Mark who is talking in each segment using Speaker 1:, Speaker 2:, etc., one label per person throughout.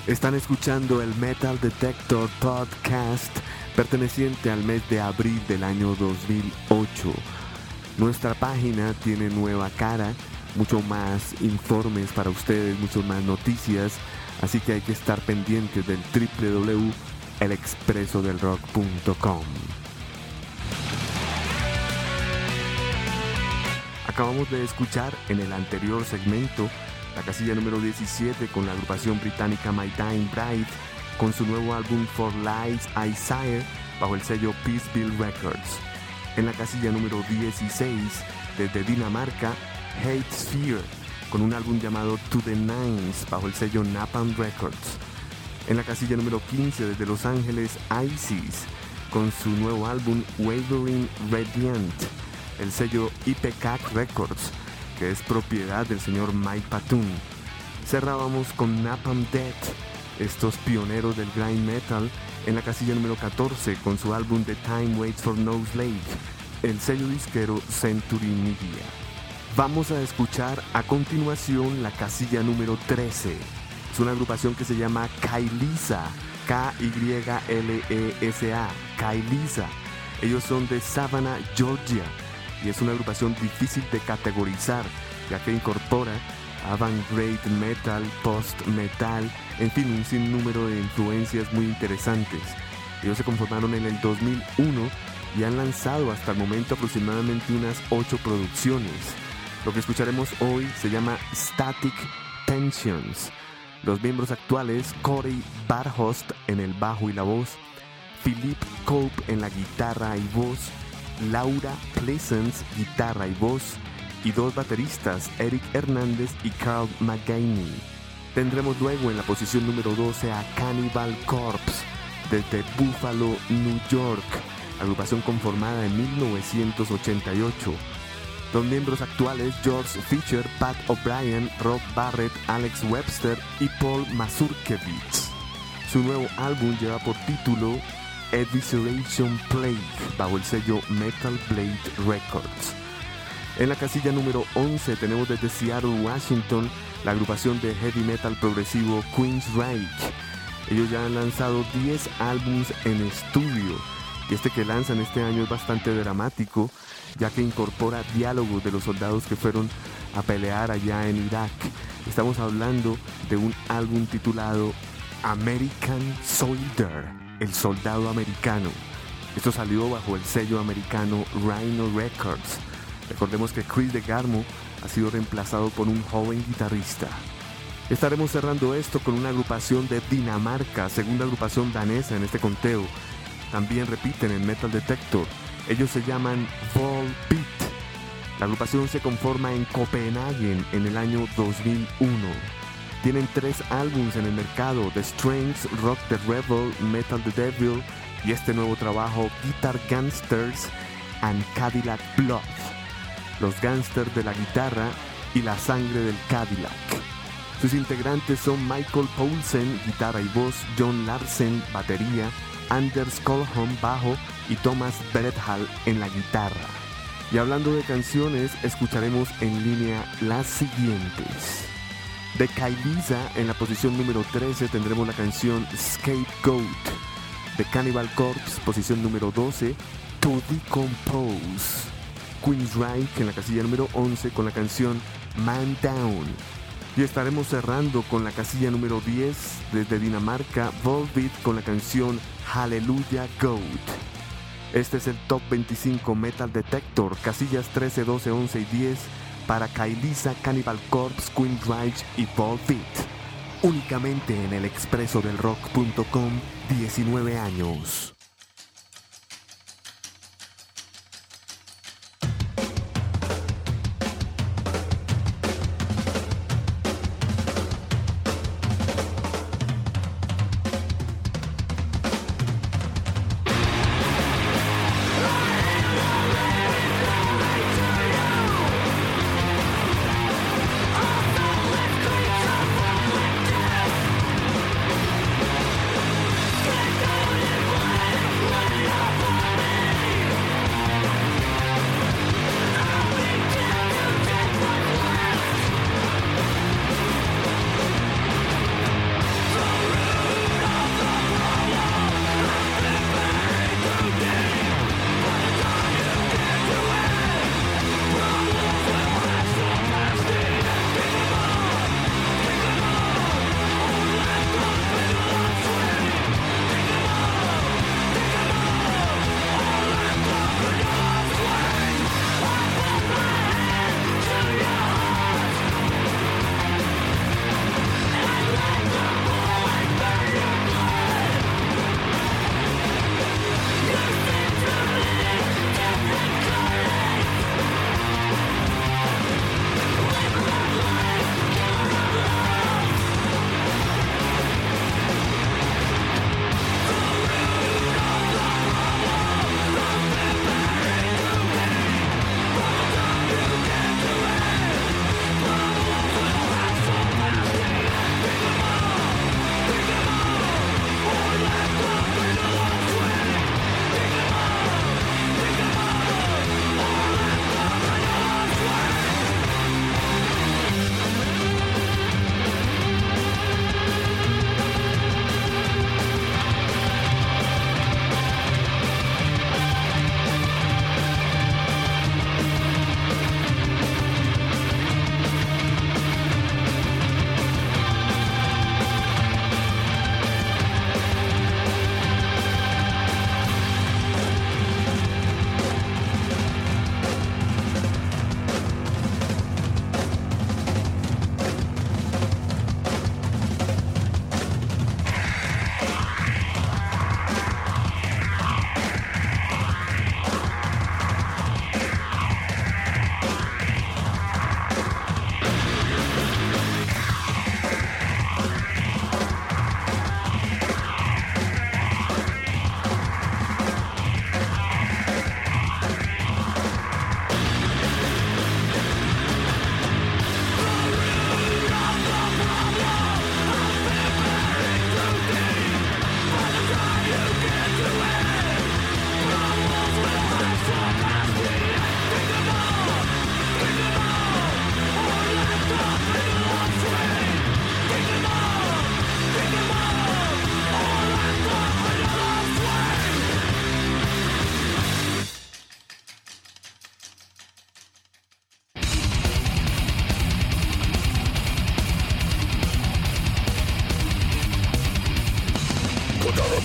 Speaker 1: Están escuchando el Metal Detector Podcast, perteneciente al mes de abril del año 2008. Nuestra página tiene nueva cara, mucho más informes para ustedes, mucho más noticias, así que hay que estar pendientes del www.elexpresodelrock.com. Acabamos de escuchar en el anterior segmento la casilla número 17 con la agrupación británica My Dying Bride con su nuevo álbum For Lies I Sire bajo el sello Peaceville Records. En la casilla número 16 desde Dinamarca, Hate Sphere con un álbum llamado To the Nines bajo el sello Napalm Records. En la casilla número 15 desde Los Ángeles, Isis con su nuevo álbum Wavering Radiant, el sello IPCAC Records, que es propiedad del señor Mike Patton. Cerrábamos con Napalm Death, estos pioneros del grind metal, en la casilla número 14 con su álbum The Time Waits for No Slave, el sello disquero Century Media. Vamos a escuchar a continuación la casilla número 13. Es una agrupación que se llama Kailisa, K-Y-L-E-S-A, Kailisa. Ellos son de Savannah, Georgia, y es una agrupación difícil de categorizar, ya que incorpora avant-garde metal, post-metal, en fin, un sinnúmero de influencias muy interesantes. Ellos se conformaron en el 2001 y han lanzado hasta el momento aproximadamente unas 8 producciones. Lo que escucharemos hoy se llama Static Tensions. Los miembros actuales: Corey Barhost en el bajo y la voz, Philippe Cope en la guitarra y voz, Laura Pleasance, guitarra y voz, y 2 bateristas, Eric Hernández y Carl McGainey. Tendremos luego en la posición número 12 a Cannibal Corpse, desde Buffalo, New York, agrupación conformada en 1988. Los miembros actuales: George Fisher, Pat O'Brien, Rob Barrett, Alex Webster y Paul Mazurkiewicz. Su nuevo álbum lleva por título Evisceration Plague bajo el sello Metal Blade Records. En la casilla número 11 tenemos desde Seattle, Washington, la agrupación de heavy metal progresivo Queensryche. Ellos ya han lanzado 10 álbumes en estudio, y este que lanzan este año es bastante dramático, ya que incorpora diálogos de los soldados que fueron a pelear allá en Irak. Estamos hablando de un álbum titulado American Soldier, el soldado americano. Esto salió bajo el sello americano Rhino Records. Recordemos que Chris DeGarmo ha sido reemplazado por un joven guitarrista. Estaremos cerrando esto con una agrupación de Dinamarca, segunda agrupación danesa en este conteo. También repiten en Metal Detector. Ellos se llaman Volbeat. La agrupación se conforma en Copenhagen en el año 2001. Tienen 3 álbumes en el mercado: The Strengths, Rock the Rebel, Metal the Devil y este nuevo trabajo, Guitar Gangsters and Cadillac Blood. Los gangsters de la guitarra y la sangre del Cadillac. Sus integrantes son Michael Poulsen, guitarra y voz, John Larsen, batería, Anders Kolholm, bajo y Thomas Berethal en la guitarra. Y hablando de canciones, escucharemos en línea las siguientes. De Kailisa, en la posición número 13 tendremos la canción Scapegoat. De Cannibal Corpse, posición número 12, To Decompose. Queensryche en la casilla número 11 con la canción Man Down. Y estaremos cerrando con la casilla número 10 desde Dinamarca, Volbeat con la canción Hallelujah Goat. Este es el Top 25 Metal Detector, casillas 13, 12, 11 y 10 para Kailisa, Cannibal Corpse, Queensryche y Volbeat. Únicamente en elexpresodelrock.com, 19 años.
Speaker 2: What?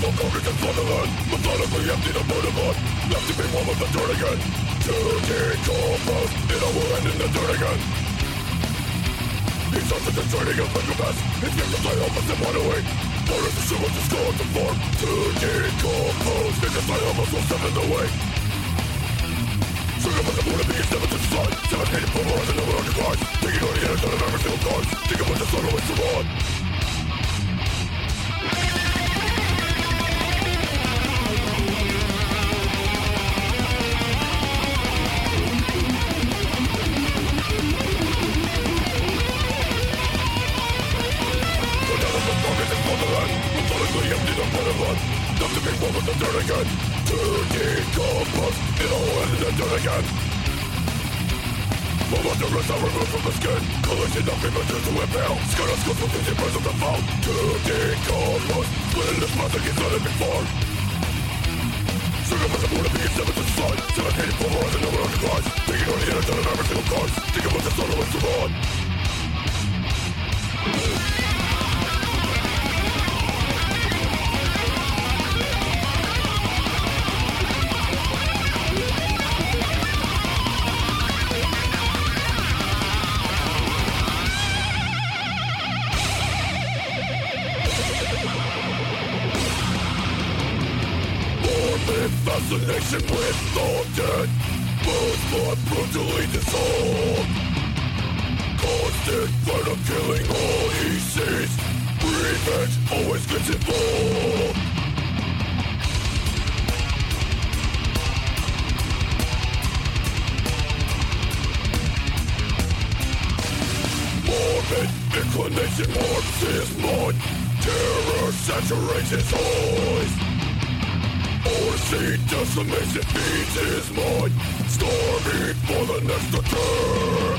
Speaker 2: Fascination with the dead, both blood brutally dissolved. Constant threat of killing all he sees. Revenge always gets involved. Morbid inclination warps his mind. Terror saturates his eyes. Orsi decimation feeds his mind, starving for the next attack.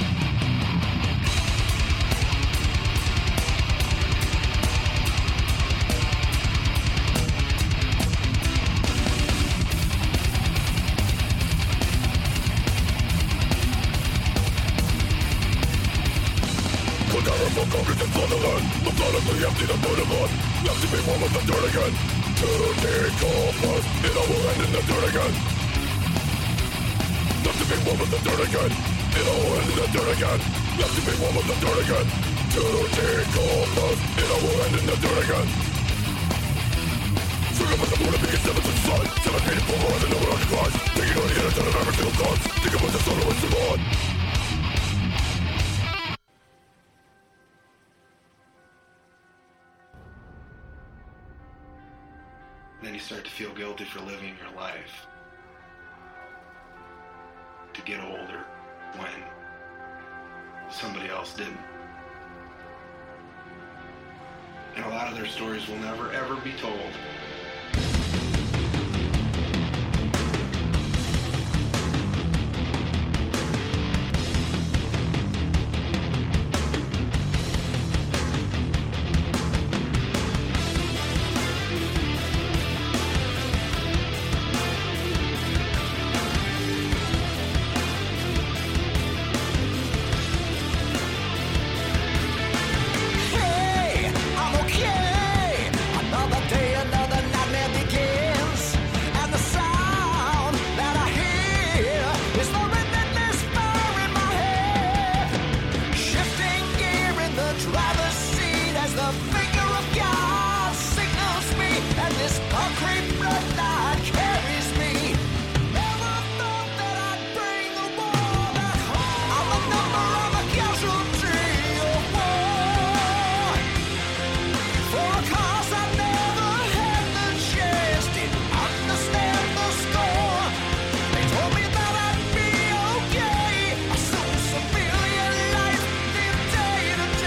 Speaker 2: Cadaver for cognitive fatherland, methodically empty the murderland, left to be warm with the dirt again. To decompose, it all will end in the dirt again. Left to be warm with the dirt again. It all will end in the dirt again. Left to be warm with the dirt again. To decompose, it all will end in the dirt again. Trigger with the moon to be 7 to the sun. 7 hated for more than no one on the cause. Thinking on the internet of every single cause. Thinking about the sun and survive.
Speaker 3: Then you start to feel guilty for living your life. To get older when somebody else didn't. And a lot of their stories will never ever be told.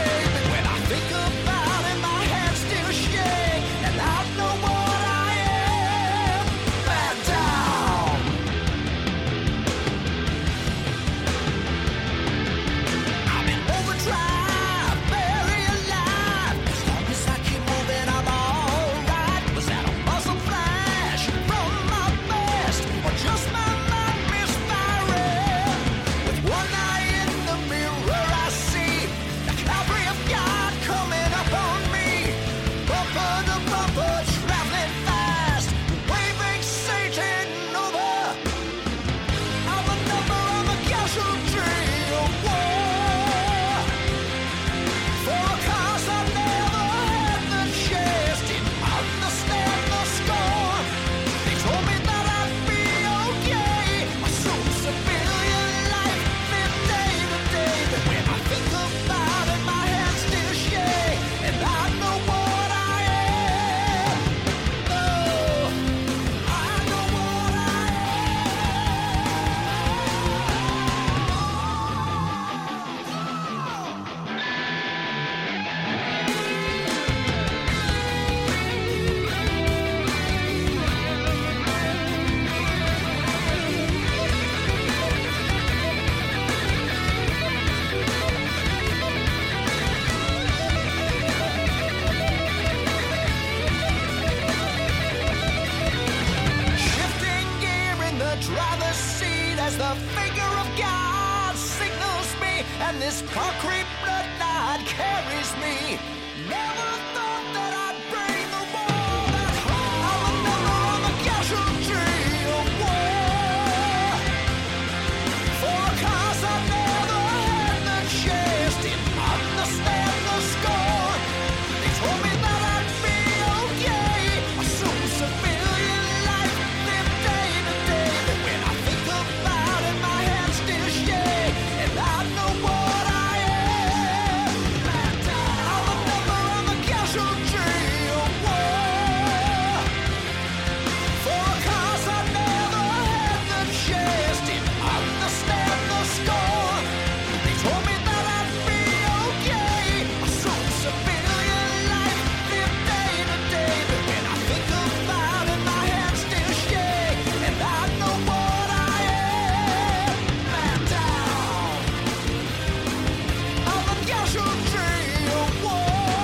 Speaker 4: Think about it, my head still shake, and I know what I am. This concrete bloodline carries me. Never thought that I'd bring the war that home. I'm a casualty of war. For a cause I never had the chance. Didn't understand the score. They told me that I'd be okay. Assume civilian life, live day to day. But when I think about it, my hands still shake. And I know what I am. I'm a number, I'm a casualty of war. For a cause I never had the chance. Didn't understand the score. They told me that I'd be okay. Assume civilian life, live day to day. But when I think about it, my hands still shake. And I know what I am. Man down. I'm a casualty of war.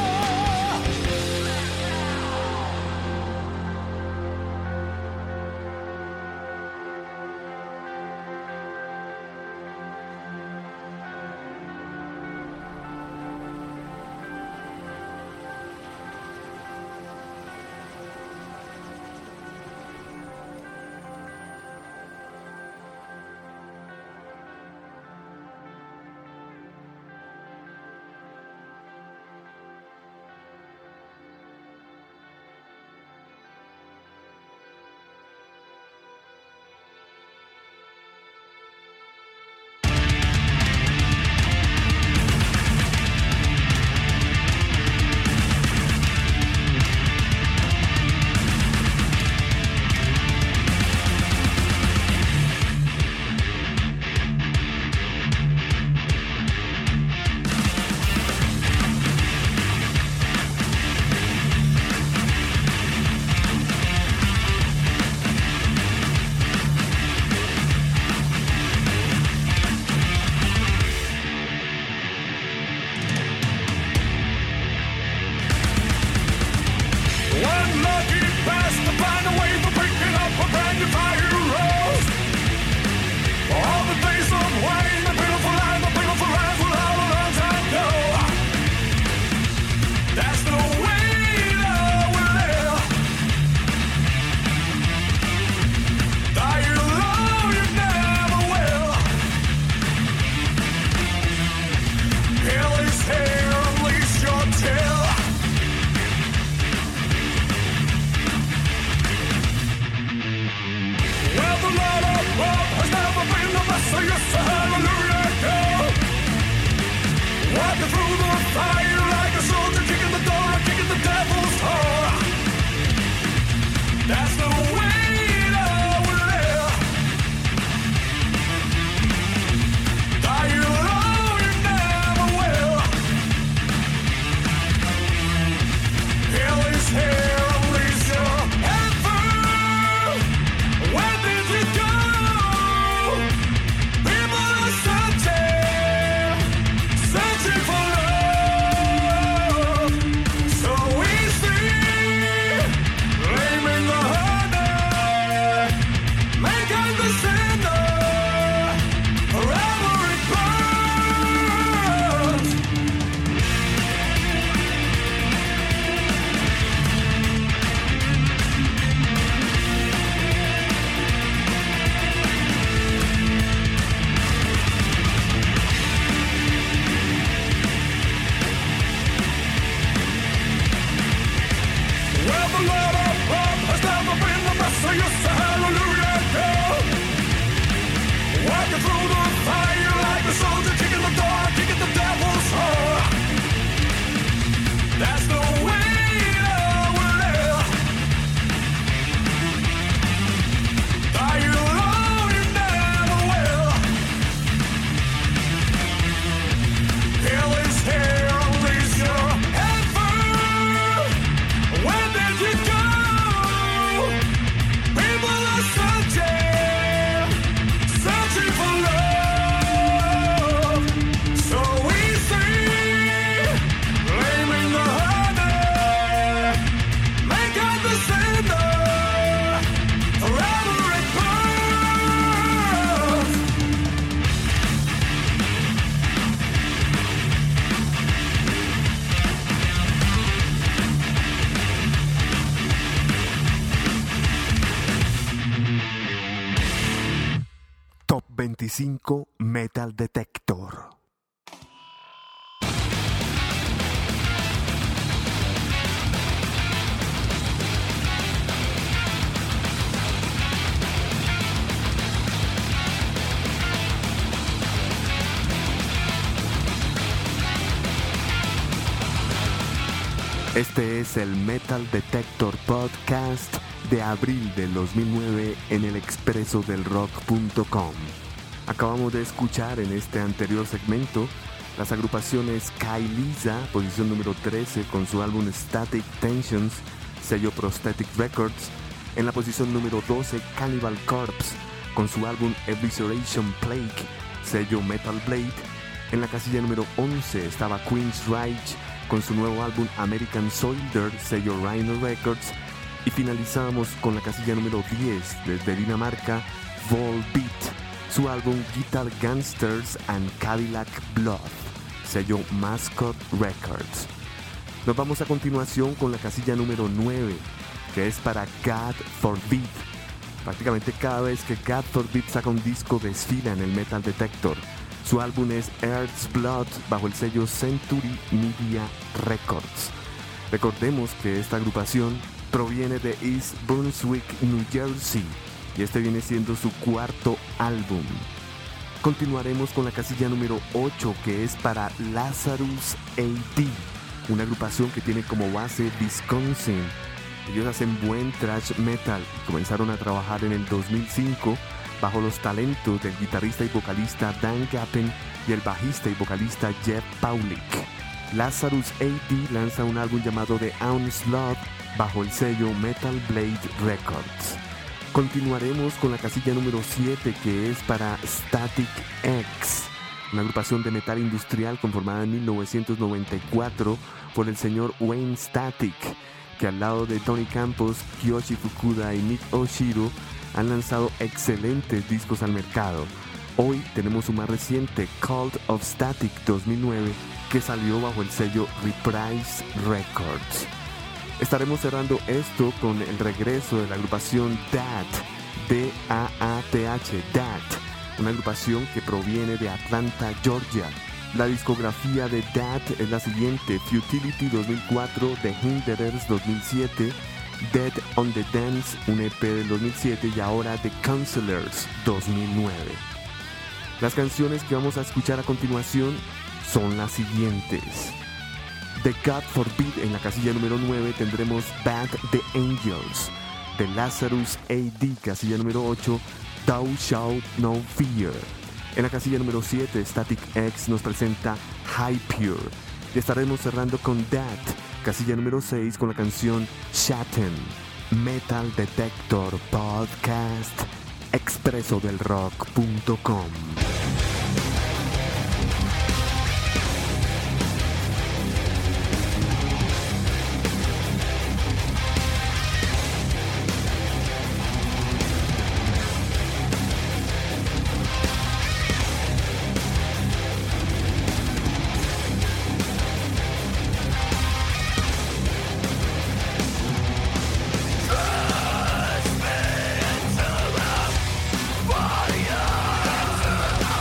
Speaker 2: One lucky pass to find a way for picking up a brand new fire rose. All the days of wine, the beautiful life will all a long time ago. That's the way that we live. Die alone, you never will. Hell is here, unleash your tail. Well, the Lord above has never been the best, so yes, hallelujah, go. Walking through the fire like a soldier, kicking the door and kicking the devil's door. That's the way that we live. Die alone, you never will. Hell is here, unleash your heaven. Where did you go? People are searching for love. So easy, blaming the honey, making the sinner forever it burns. Well, the Lord above has never been the best, so yes, hallelujah, go. Walking through the fire like a soldier, kicking the door, kicking the devil's door. That's the way that we live. Die alone, you never will. Hell is here, unleash your heaven. Where did you go? People are searching for love.
Speaker 1: 25 Metal Detector. Este es el Metal Detector Podcast de abril del 2009 en el expresodelrock.com. Acabamos de escuchar en este anterior segmento las agrupaciones Kailisa, posición número 13 con su álbum Static Tensions, sello Prosthetic Records. En la posición número 12 Cannibal Corpse con su álbum Evisceration Plague, sello Metal Blade. En la casilla número 11 estaba Queen's Rage con su nuevo álbum American Soldier, sello Rhino Records. Y finalizamos con la casilla número 10 desde Dinamarca, Volbeat, su álbum Guitar Gangsters and Cadillac Blood, sello Mascot Records. Nos vamos a continuación con la casilla número 9, que es para God Forbid. Prácticamente cada vez que God Forbid saca un disco desfila en el Metal Detector. Su álbum es Earth's Blood bajo el sello Century Media Records. Recordemos que esta agrupación proviene de East Brunswick, New Jersey, y este viene siendo su cuarto álbum. Continuaremos con la casilla número 8, que es para Lazarus AD, una agrupación que tiene como base Wisconsin. Ellos hacen buen thrash metal y comenzaron a trabajar en el 2005 bajo los talentos del guitarrista y vocalista Dan Gappen y el bajista y vocalista Jeff Paulik. Lazarus AD lanza un álbum llamado The Onslaught bajo el sello Metal Blade Records. Continuaremos con la casilla número 7, que es para Static X, una agrupación de metal industrial conformada en 1994 por el señor Wayne Static, que al lado de Tony Campos, Kiyoshi Fukuda y Nick Oshiro han lanzado excelentes discos al mercado. Hoy tenemos su más reciente, Cult of Static 2009, que salió bajo el sello Reprise Records. Estaremos cerrando esto con el regreso de la agrupación DAT, D-A-A-T-H, DAT, una agrupación que proviene de Atlanta, Georgia. La discografía de DAT es la siguiente: Futility 2004, The Hinderers 2007, Dead on the Dance, un EP del 2007, y ahora The Counselors 2009. Las canciones que vamos a escuchar a continuación son las siguientes. De God Forbid, en la casilla número 9 tendremos Bad the Angels. De Lazarus AD, casilla número 8, Thou Shalt No Fear. En la casilla número 7, Static X nos presenta Hypure. Y estaremos cerrando con That, casilla número 6, con la canción Shatten. Metal Detector Podcast, expresodelrock.com.
Speaker 4: Fire!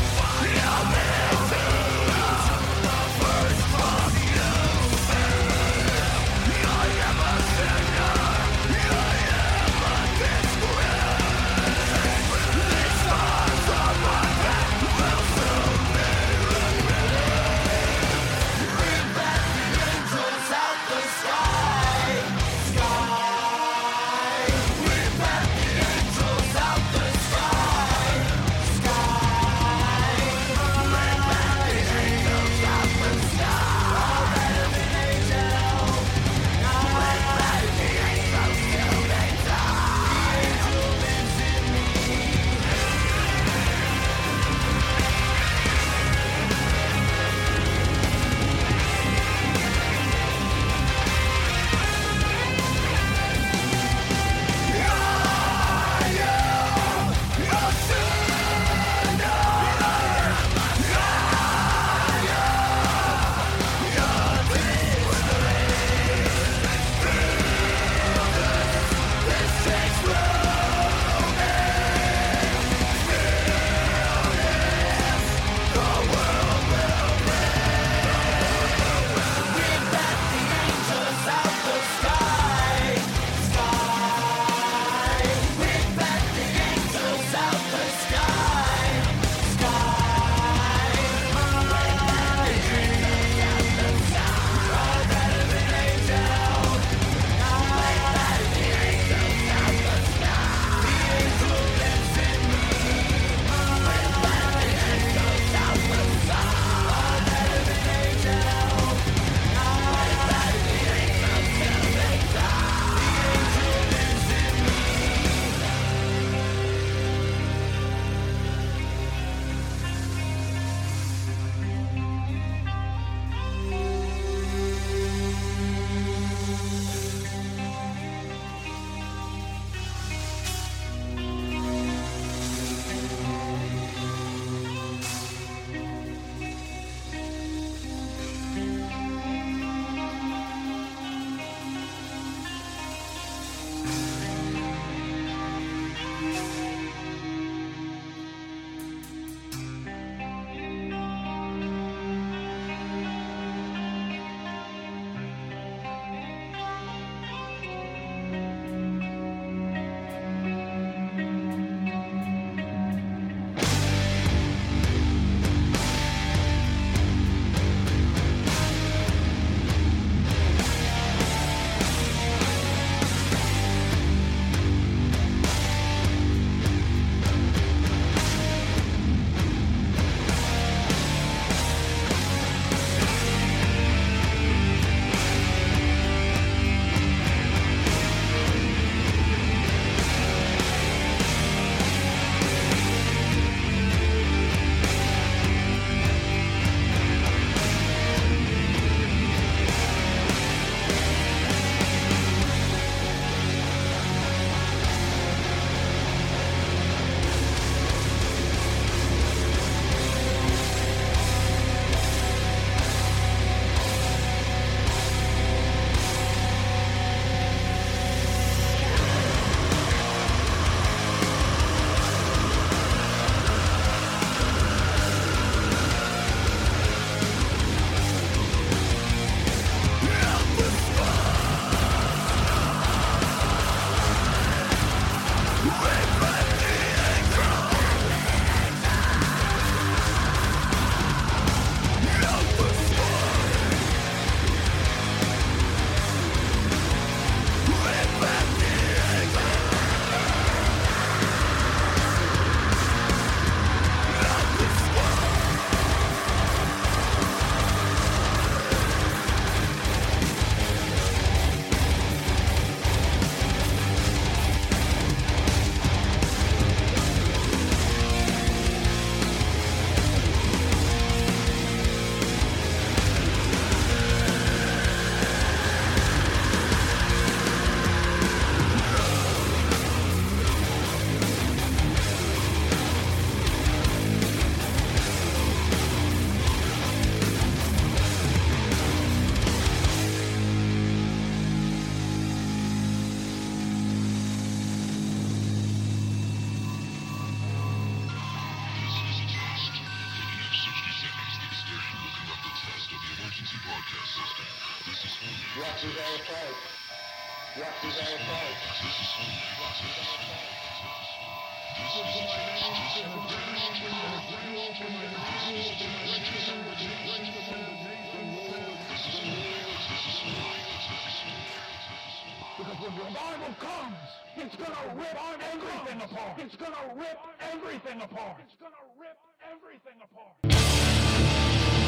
Speaker 2: Because when revival comes, it's gonna rip everything apart. It's gonna rip everything apart. It's gonna rip everything apart.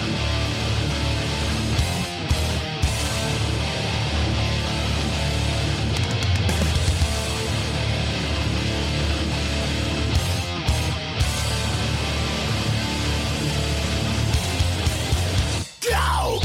Speaker 4: Go!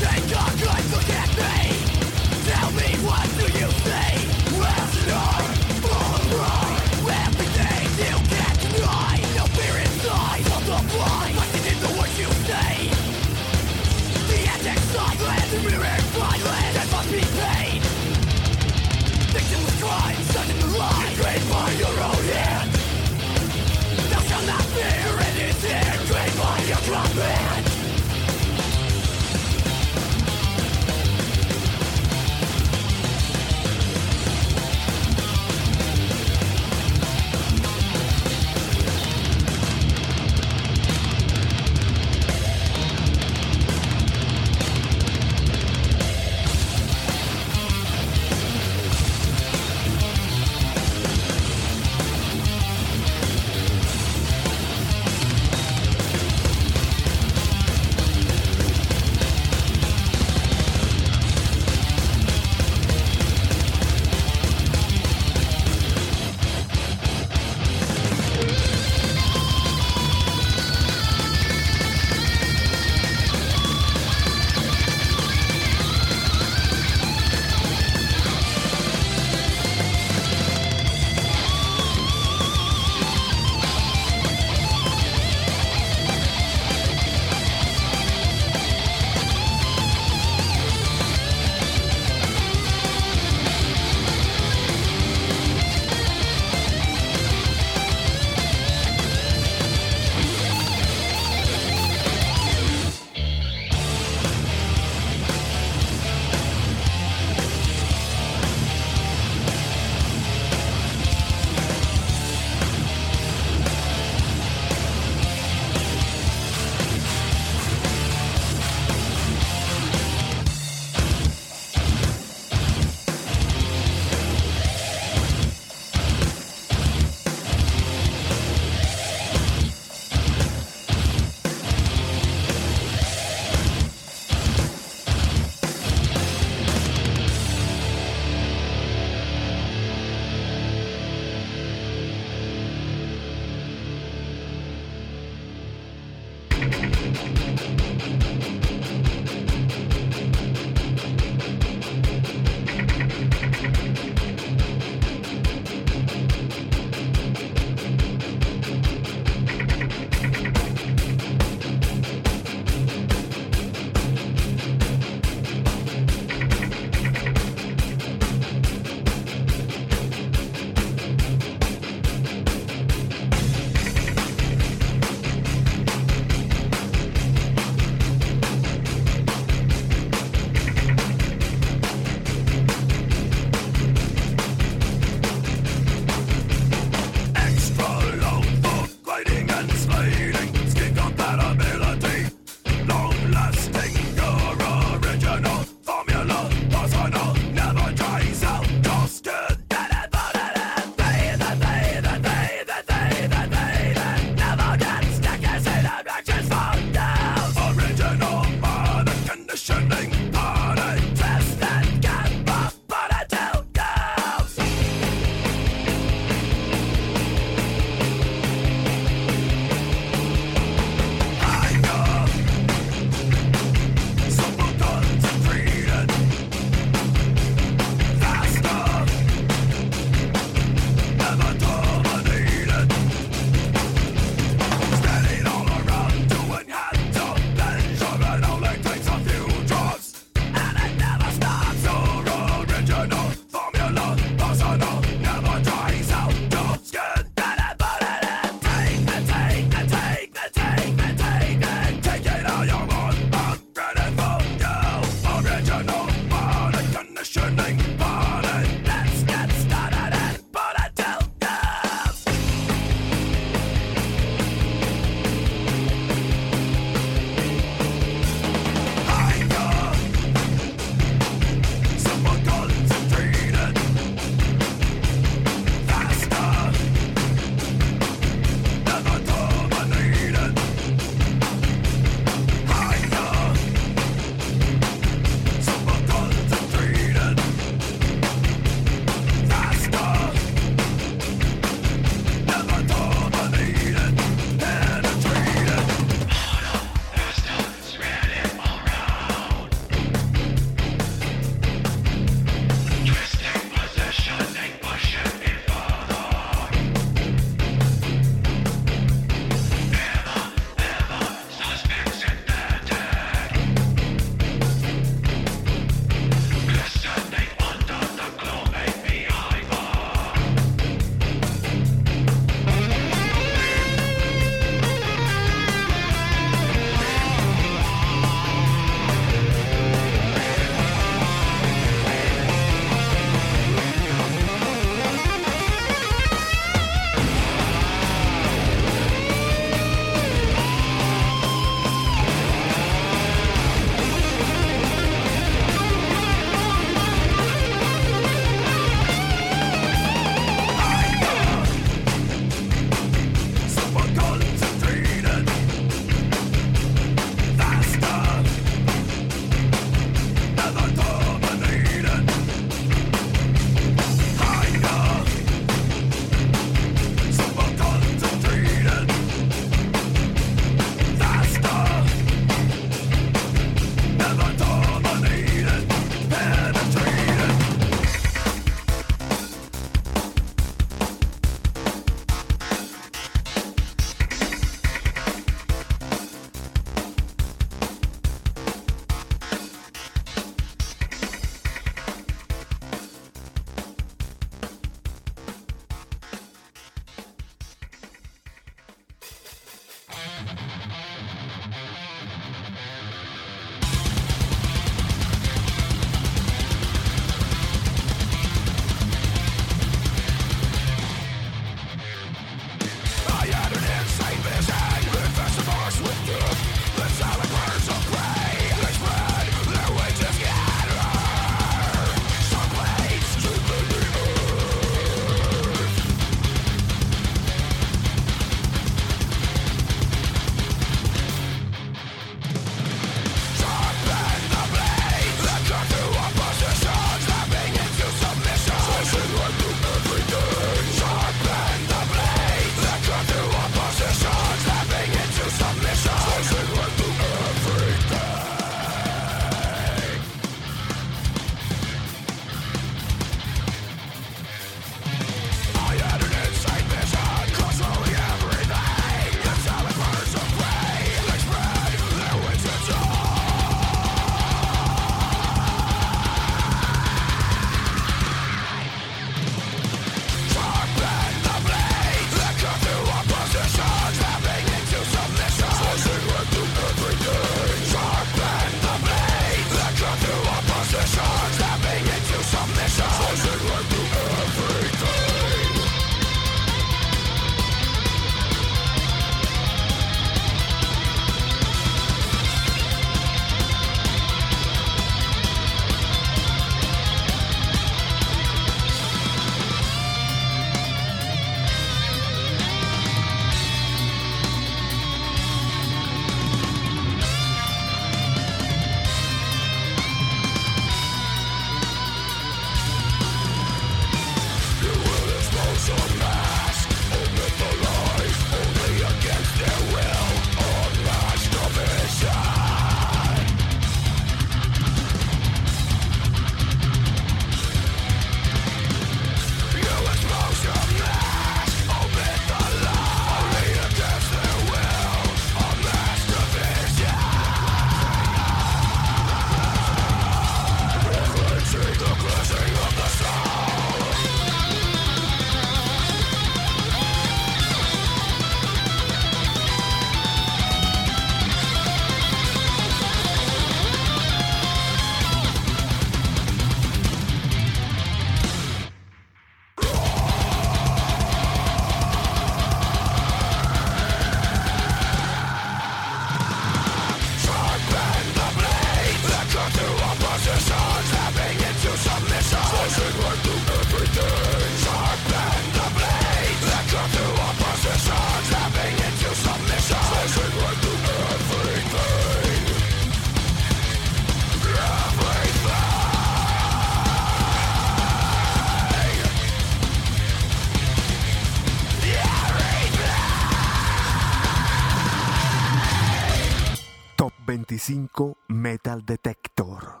Speaker 1: 25 Metal Detector.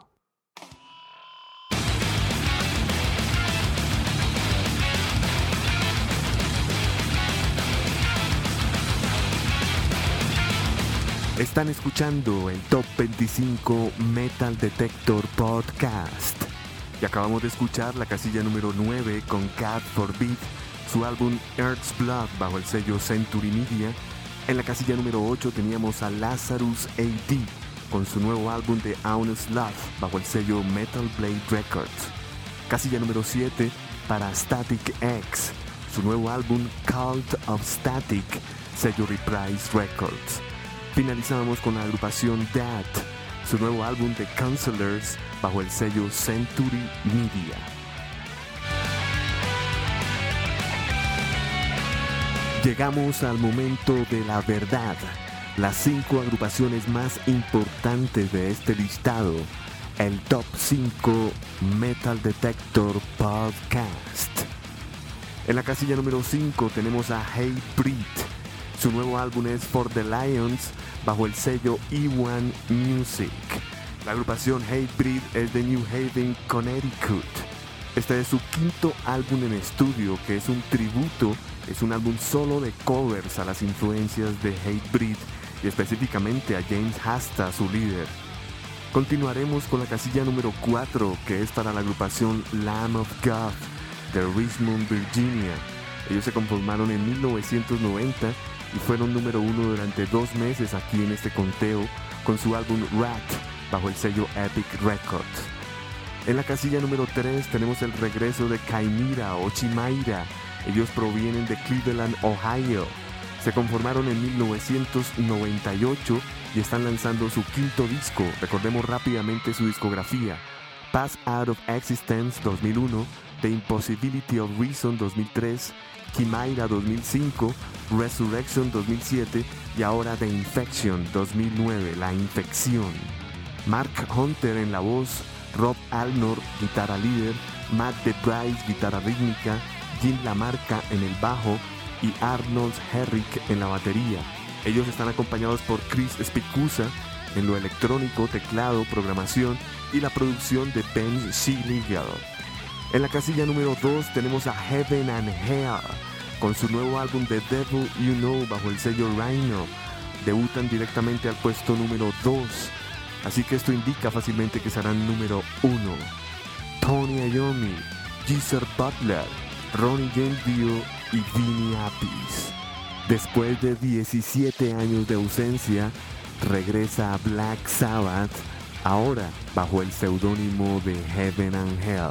Speaker 1: Están escuchando el Top 25 Metal Detector Podcast. Y acabamos de escuchar la casilla número 9 con God Forbid, su álbum Earth's Blood bajo el sello Century Media. En la casilla número 8 teníamos a Lazarus AD con su nuevo álbum de Honest Love bajo el sello Metal Blade Records. Casilla número 7 para Static X, su nuevo álbum Cult of Static, sello Reprise Records. Finalizamos con la agrupación That, su nuevo álbum de Counselors bajo el sello Century Media. Llegamos al momento de la verdad, las 5 agrupaciones más importantes de este listado, el Top 5 Metal Detector Podcast. En la casilla número 5 tenemos a Hatebreed, su nuevo álbum es For the Lions bajo el sello E1 Music. La agrupación Hatebreed es de New Haven, Connecticut. Este es su 5º álbum en estudio, que es un tributo, es un álbum solo de covers a las influencias de Hatebreed y específicamente a James Hasta, su líder. Continuaremos con la casilla número 4, que es para la agrupación Lamb of God de Richmond, Virginia. Ellos se conformaron en 1990 y fueron número 1 durante 2 meses aquí en este conteo con su álbum Rat bajo el sello Epic Records. En la casilla número 3 tenemos el regreso de Chimera o Chimaira. Ellos provienen de Cleveland, Ohio. Se conformaron en 1998 y están lanzando su 5º disco. Recordemos rápidamente su discografía: Pass Out of Existence 2001, The Impossibility of Reason 2003, Chimaira 2005, Resurrection 2007 y ahora The Infection 2009, La Infección. Mark Hunter en la voz, Rob Alnor, guitarra líder, Matt DeBrice, guitarra rítmica, Jim Lamarca en el bajo y Arnold Herrick en la batería. Ellos están acompañados por Chris Spicusa en lo electrónico, teclado, programación y la producción de Ben Legal. En la casilla número 2 tenemos a Heaven and Hell con su nuevo álbum The Devil You Know bajo el sello Rhino. Debutan directamente al puesto número 2, así que esto indica fácilmente que serán número 1. Tony Iommi, Geezer Butler, Ronnie James Dio y Vinnie Appice. Después de 17 años de ausencia, regresa a Black Sabbath, ahora bajo el seudónimo de Heaven and Hell.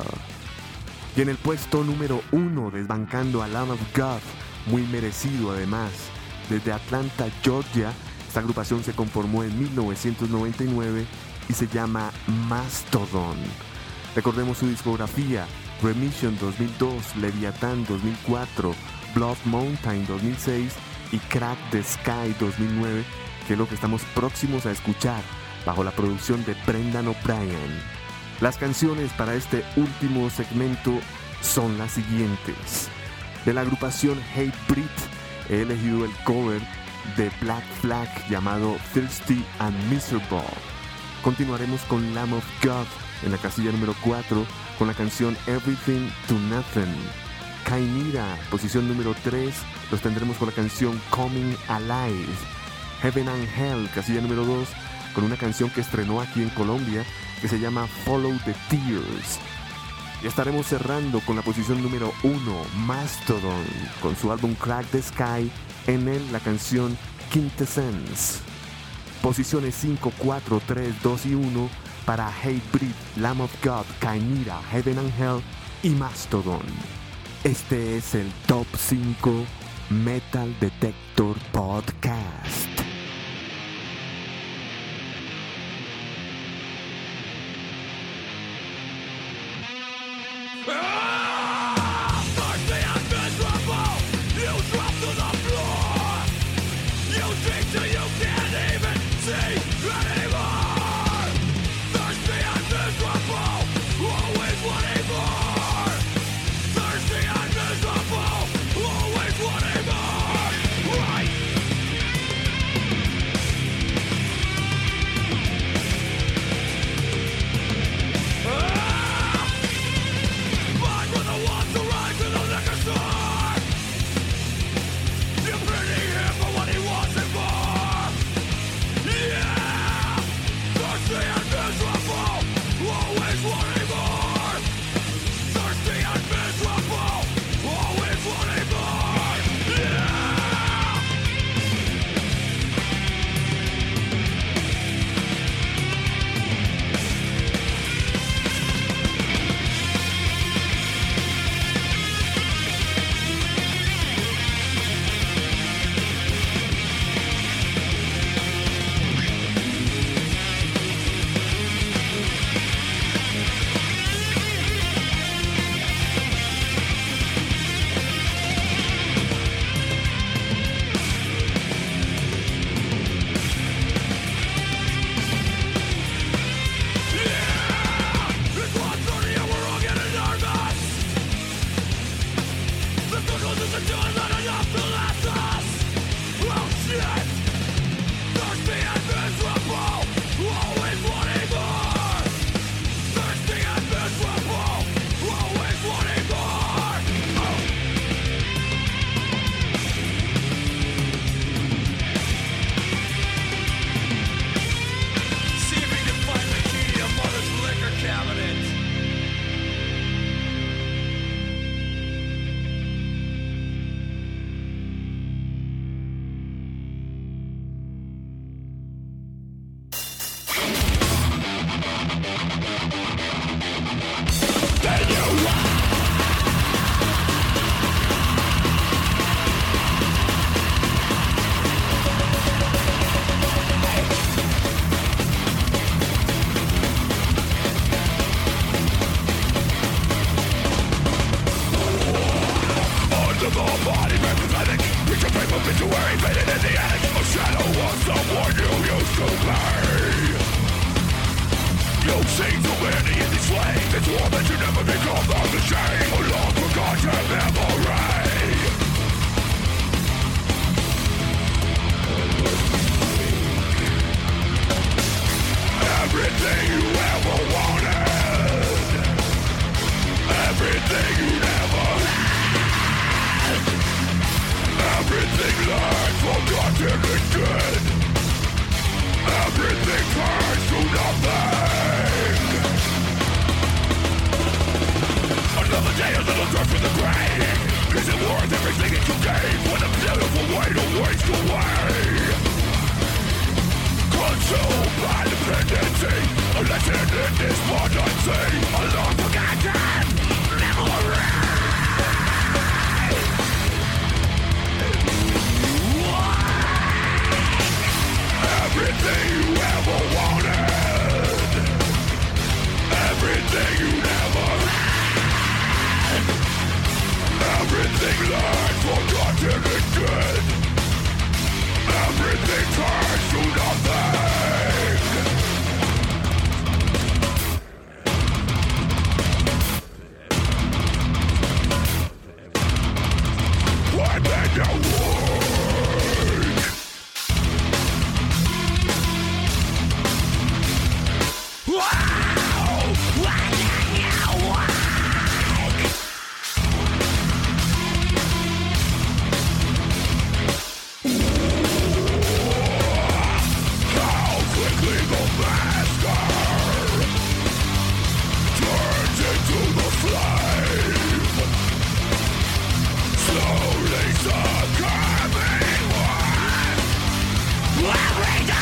Speaker 1: Y en el puesto número 1, desbancando a Lamb of God, muy merecido además, desde Atlanta, Georgia, esta agrupación se conformó en 1999 y se llama Mastodon. Recordemos su discografía: Remission 2002, Leviathan 2004, Blood Mountain 2006 y Crack the Sky 2009, que es lo que estamos próximos a escuchar bajo la producción de Brendan O'Brien. Las canciones para este último segmento son las siguientes. De la agrupación Hatebreed he elegido el cover de Black Flag llamado Thirsty and Miserable. Continuaremos con Lamb of God en la casilla número 4 con la canción Everything to Nothing. Chimera, posición número 3, los tendremos con la canción Coming Alive. Heaven and Hell, casilla número 2, con una canción que estrenó aquí en Colombia que se llama Follow the Tears. Y estaremos cerrando con la posición número 1, Mastodon, con su álbum Crack the Sky, en él la canción Quintessence. Posiciones 5, 4, 3, 2 y 1 para Hatebreed, Lamb of God, Chimera, Heaven and Hell y Mastodon. Este es el Top 5 Metal Detector Podcast.
Speaker 2: You've seen too many in these flames. It's war that you never become of the shame. A long forgotten memory. Everything you ever wanted, everything you never had, everything learned, forgotten and dead, everything turns to nothing. Another day, a little dirt from the grave. Is it worth everything that you gave? What a beautiful way to waste away. Consumed by dependency, a lesson in despondency, a long forgotten memory. Everything you ever wanted, everything you never had, everything learned, forgotten and dead, everything turns to nothing. When men are weak, wow, when men are weak. How quickly the master turns into the flame, slowly succumbing one every day.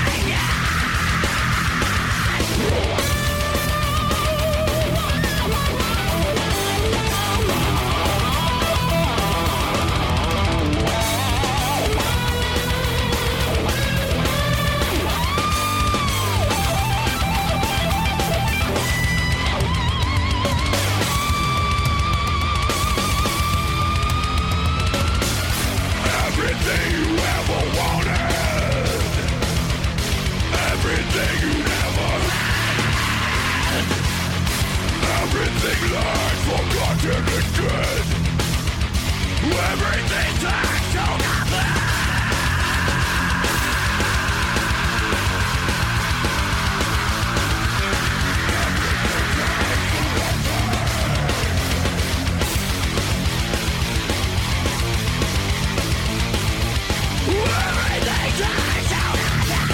Speaker 2: Everything you ever wanted, everything you never had, everything learned, forgotten and dead, everything turns to nothing. Everything turns to nothing.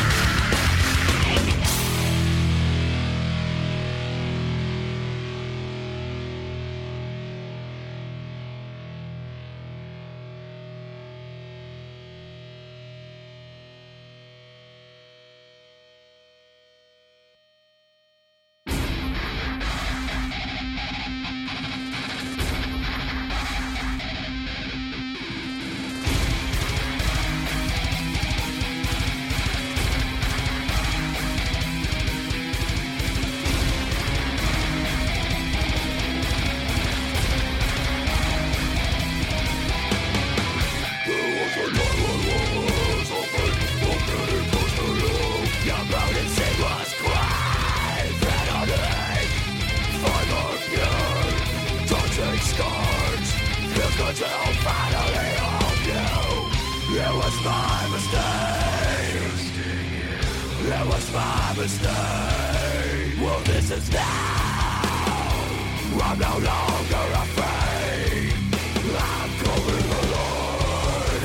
Speaker 2: It was my mistake. Well, this is now. I'm no longer afraid. I'm going alone.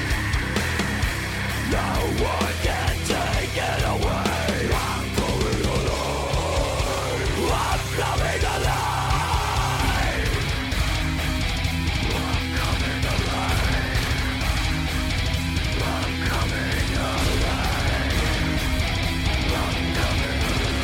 Speaker 2: No one can take it away. I'm going alone. I'm coming alive. I'm coming alive. I'm coming alive. I'm coming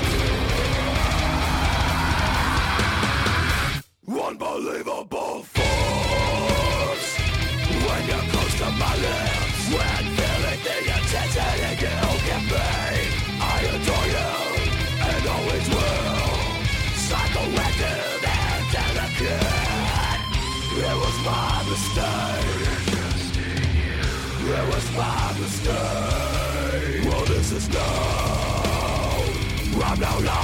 Speaker 2: alive. Unbelievable force. When you're close to my lips, when feeling the intensity you give me, I adore you and always will. Psychoactive and delicate. It was my mistake. It was my mistake. Well, this is now. I'm no longer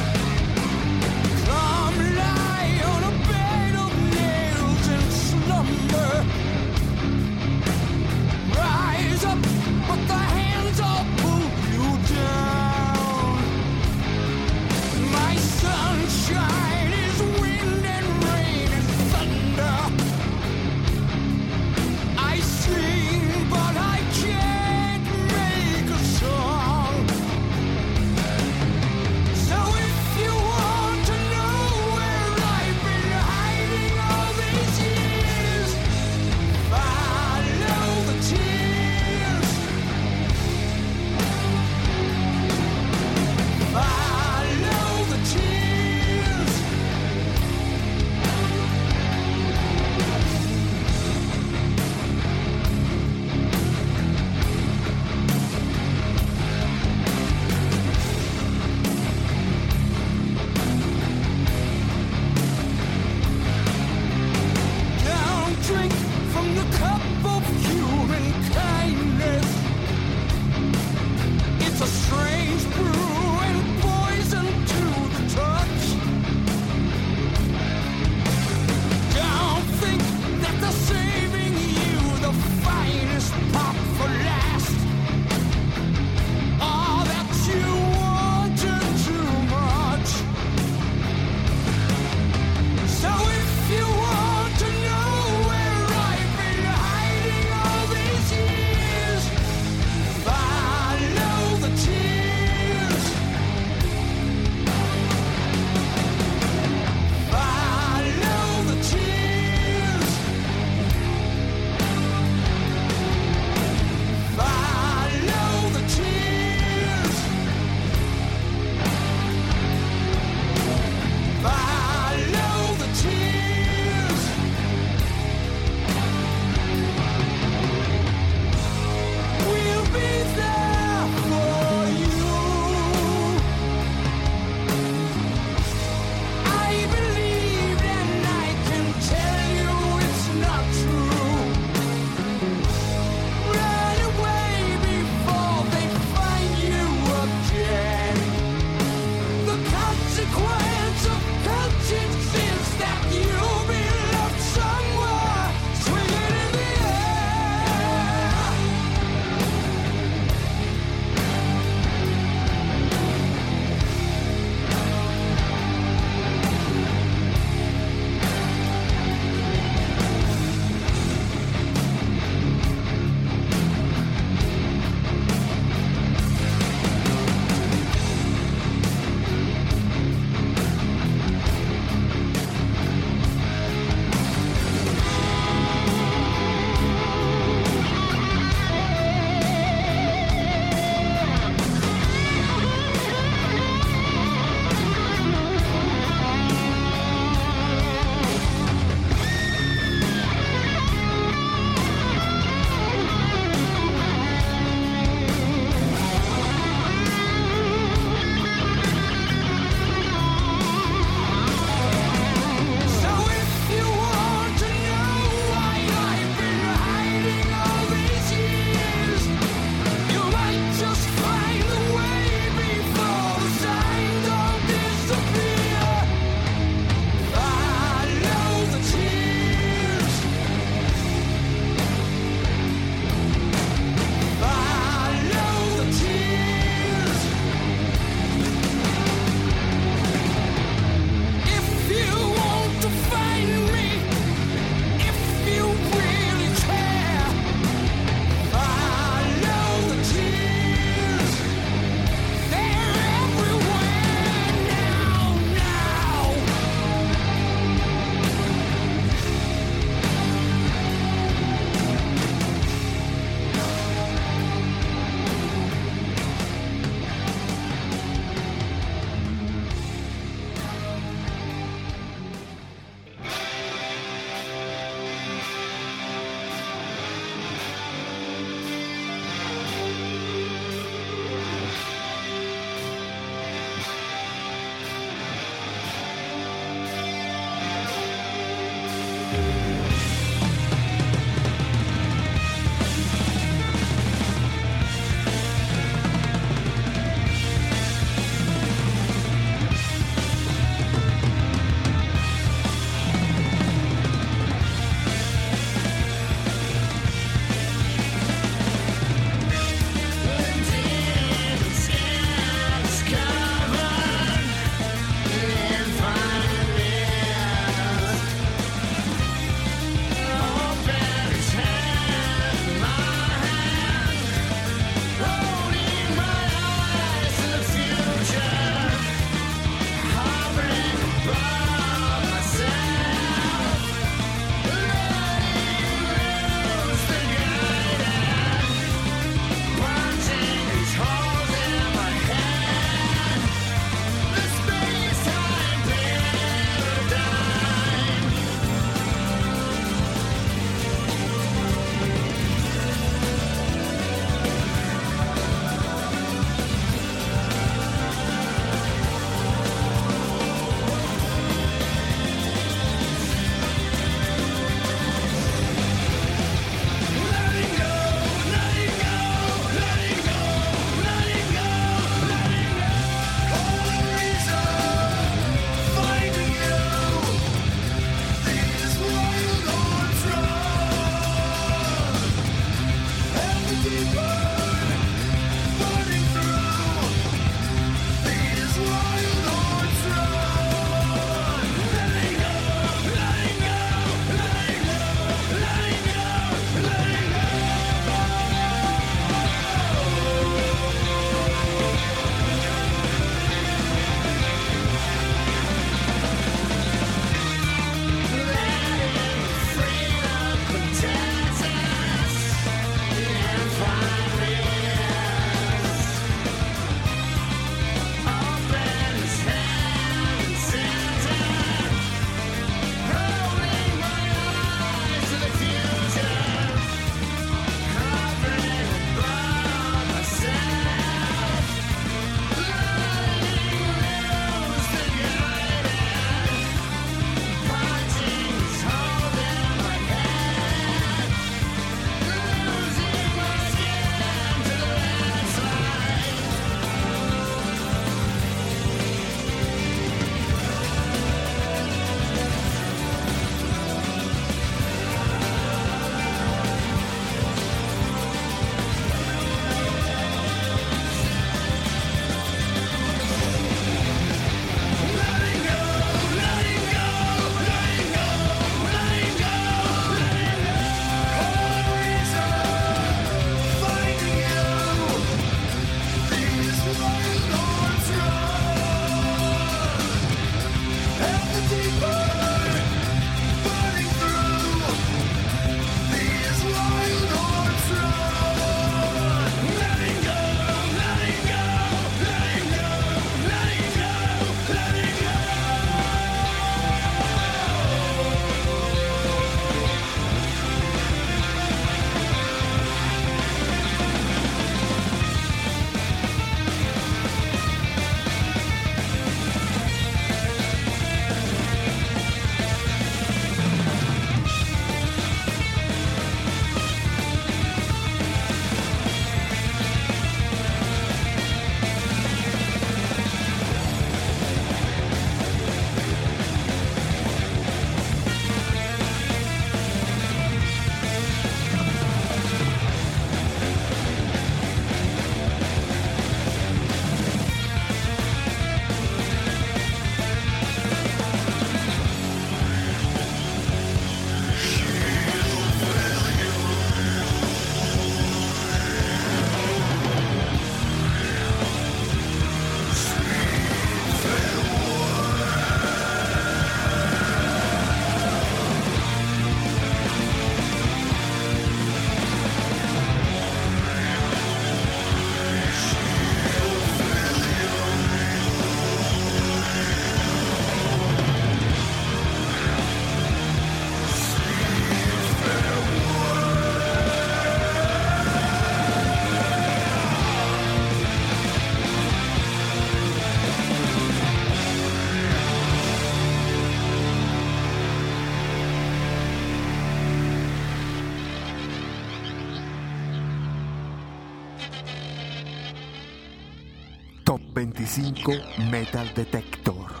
Speaker 1: Top 25 Metal Detector.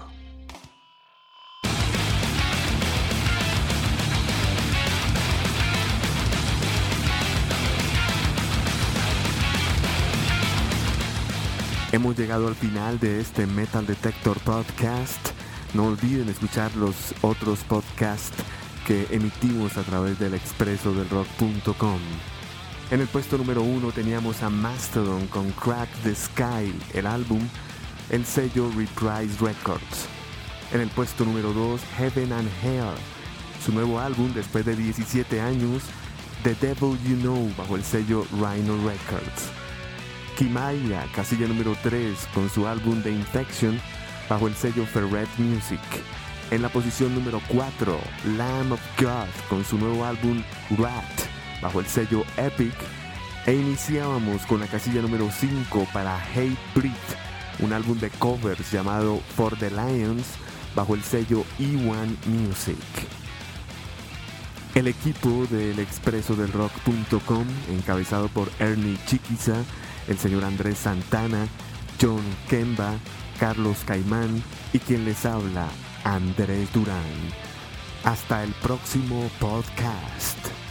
Speaker 1: Hemos llegado al final de este Metal Detector Podcast. No olviden escuchar los otros podcasts que emitimos a través del expresodelrock.com. En el puesto número 1 teníamos a Mastodon con Crack the Sky, el álbum, el sello Reprise Records. En el puesto número 2, Heaven and Hell, su nuevo álbum después de 17 años, The Devil You Know, bajo el sello Rhino Records. Kimaya, casilla número 3, con su álbum The Infection, bajo el sello Ferret Music. En la posición número 4, Lamb of God, con su nuevo álbum Rat, bajo el sello Epic. E iniciábamos con la casilla número 5 para Hate Breed, un álbum de covers llamado For the Lions, bajo el sello E1 Music. El equipo del expresodelrock.com, encabezado por Ernie Chiquiza, el señor Andrés Santana, John Kemba, Carlos Caimán y quien les habla, Andrés Durán. Hasta el próximo podcast.